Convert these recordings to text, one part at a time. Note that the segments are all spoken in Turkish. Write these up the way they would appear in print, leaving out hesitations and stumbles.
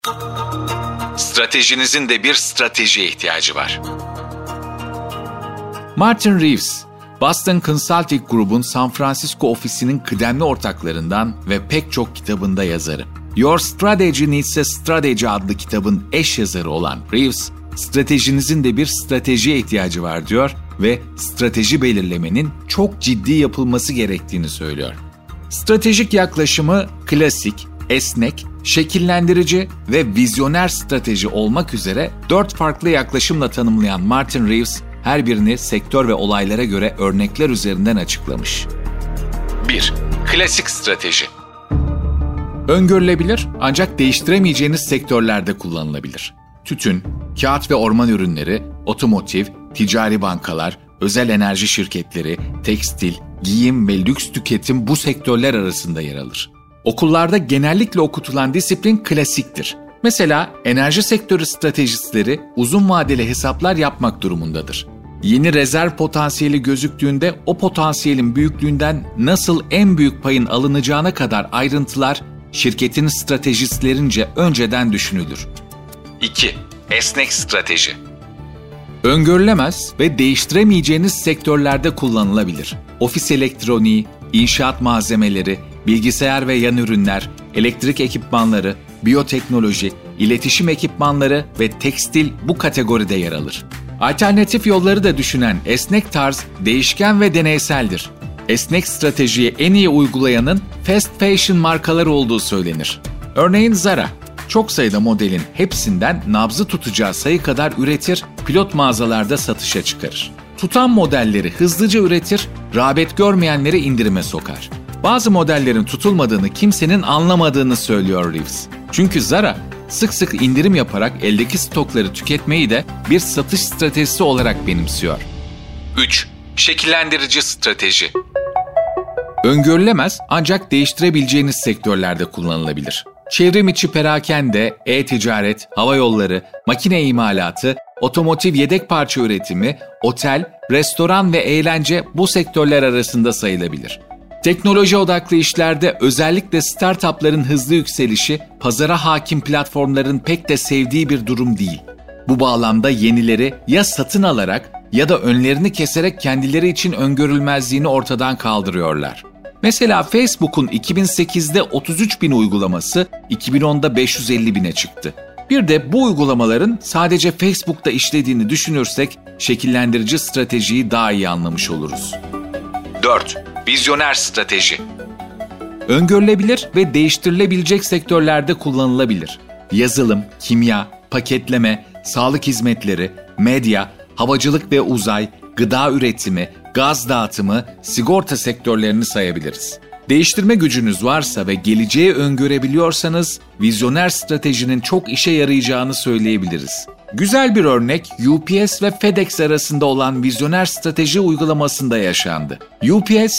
Stratejinizin de bir stratejiye ihtiyacı var. Martin Reeves, Boston Consulting Group'un San Francisco ofisinin kıdemli ortaklarından ve pek çok kitabında yazarı. Your Strategy Needs a Strategy adlı kitabın eş yazarı olan Reeves, stratejinizin de bir stratejiye ihtiyacı var diyor ve strateji belirlemenin çok ciddi yapılması gerektiğini söylüyor. Stratejik yaklaşımı klasik, esnek, şekillendirici ve vizyoner strateji olmak üzere 4 farklı yaklaşımla tanımlayan Martin Reeves, her birini sektör ve olaylara göre örnekler üzerinden açıklamış. 1. Klasik strateji. Öngörülebilir ancak değiştiremeyeceğiniz sektörlerde kullanılabilir. Tütün, kağıt ve orman ürünleri, otomotiv, ticari bankalar, özel enerji şirketleri, tekstil, giyim ve lüks tüketim bu sektörler arasında yer alır. Okullarda genellikle okutulan disiplin klasiktir. Mesela enerji sektörü stratejistleri uzun vadeli hesaplar yapmak durumundadır. Yeni rezerv potansiyeli gözüktüğünde o potansiyelin büyüklüğünden nasıl en büyük payın alınacağına kadar ayrıntılar şirketin stratejistlerince önceden düşünülür. 2. Esnek strateji. Öngörülemez ve değiştiremeyeceğiniz sektörlerde kullanılabilir. Ofis elektroniği, inşaat malzemeleri, bilgisayar ve yan ürünler, elektrik ekipmanları, biyoteknoloji, iletişim ekipmanları ve tekstil bu kategoride yer alır. Alternatif yolları da düşünen esnek tarz değişken ve deneyseldir. Esnek stratejiyi en iyi uygulayanın fast fashion markaları olduğu söylenir. Örneğin Zara, çok sayıda modelin hepsinden nabzı tutacağı sayı kadar üretir, pilot mağazalarda satışa çıkarır. Tutan modelleri hızlıca üretir, rağbet görmeyenleri indirime sokar. Bazı modellerin tutulmadığını kimsenin anlamadığını söylüyor Reeves. Çünkü Zara sık sık indirim yaparak eldeki stokları tüketmeyi de bir satış stratejisi olarak benimsiyor. 3. Şekillendirici strateji. Öngörülemez ancak değiştirebileceğiniz sektörlerde kullanılabilir. Çevrim içi perakende, e-ticaret, havayolları, makine imalatı, otomotiv yedek parça üretimi, otel, restoran ve eğlence bu sektörler arasında sayılabilir. Teknoloji odaklı işlerde özellikle startupların hızlı yükselişi, pazara hakim platformların pek de sevdiği bir durum değil. Bu bağlamda yenileri ya satın alarak ya da önlerini keserek kendileri için öngörülmezliğini ortadan kaldırıyorlar. Mesela Facebook'un 2008'de 33 bin uygulaması 2010'da 550 bine çıktı. Bir de bu uygulamaların sadece Facebook'ta işlediğini düşünürsek şekillendirici stratejiyi daha iyi anlamış oluruz. 4. Vizyoner strateji. Öngörülebilir ve değiştirilebilecek sektörlerde kullanılabilir. Yazılım, kimya, paketleme, sağlık hizmetleri, medya, havacılık ve uzay, gıda üretimi, gaz dağıtımı, sigorta sektörlerini sayabiliriz. Değiştirme gücünüz varsa ve geleceği öngörebiliyorsanız, vizyoner stratejinin çok işe yarayacağını söyleyebiliriz. Güzel bir örnek UPS ve FedEx arasında olan vizyoner strateji uygulamasında yaşandı. UPS,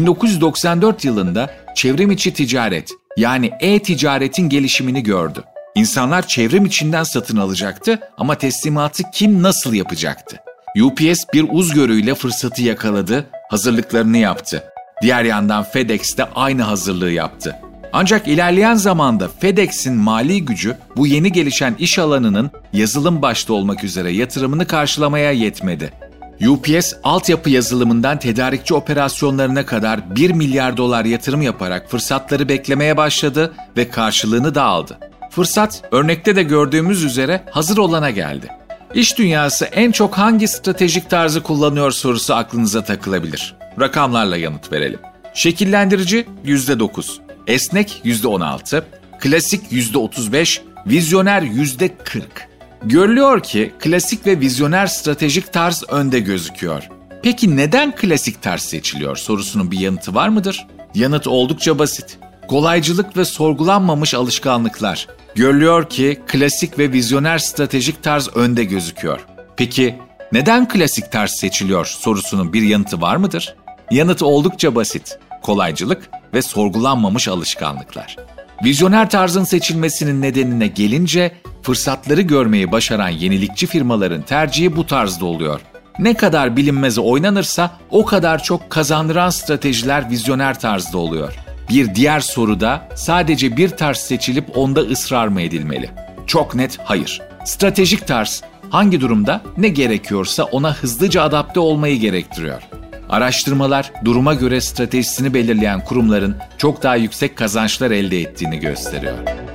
1994 yılında çevrim içi ticaret, yani e-ticaretin gelişimini gördü. İnsanlar çevrim içinden satın alacaktı ama teslimatı kim nasıl yapacaktı? UPS bir uzgörüyle fırsatı yakaladı, hazırlıklarını yaptı. Diğer yandan FedEx de aynı hazırlığı yaptı. Ancak ilerleyen zamanda FedEx'in mali gücü bu yeni gelişen iş alanının yazılım başta olmak üzere yatırımını karşılamaya yetmedi. UPS, altyapı yazılımından tedarikçi operasyonlarına kadar 1 milyar dolar yatırım yaparak fırsatları beklemeye başladı ve karşılığını da aldı. Fırsat, örnekte de gördüğümüz üzere hazır olana geldi. İş dünyası en çok hangi stratejik tarzı kullanıyor sorusu aklınıza takılabilir. Rakamlarla yanıt verelim. Şekillendirici %9, esnek %16, klasik %35, vizyoner %40. Görülüyor ki klasik ve vizyoner stratejik tarz önde gözüküyor. Peki neden klasik tarz seçiliyor sorusunun bir yanıtı var mıdır? Yanıt oldukça basit. Kolaycılık ve sorgulanmamış alışkanlıklar. Görülüyor ki klasik ve vizyoner stratejik tarz önde gözüküyor. Peki neden klasik tarz seçiliyor sorusunun bir yanıtı var mıdır? Yanıt oldukça basit. Kolaycılık ve sorgulanmamış alışkanlıklar. Vizyoner tarzın seçilmesinin nedenine gelince fırsatları görmeyi başaran yenilikçi firmaların tercihi bu tarzda oluyor. Ne kadar bilinmeze oynanırsa o kadar çok kazandıran stratejiler vizyoner tarzda oluyor. Bir diğer soru da sadece bir tarz seçilip onda ısrar mı edilmeli? Çok net hayır. Stratejik tarz hangi durumda ne gerekiyorsa ona hızlıca adapte olmayı gerektiriyor. Araştırmalar duruma göre stratejisini belirleyen kurumların çok daha yüksek kazançlar elde ettiğini gösteriyor.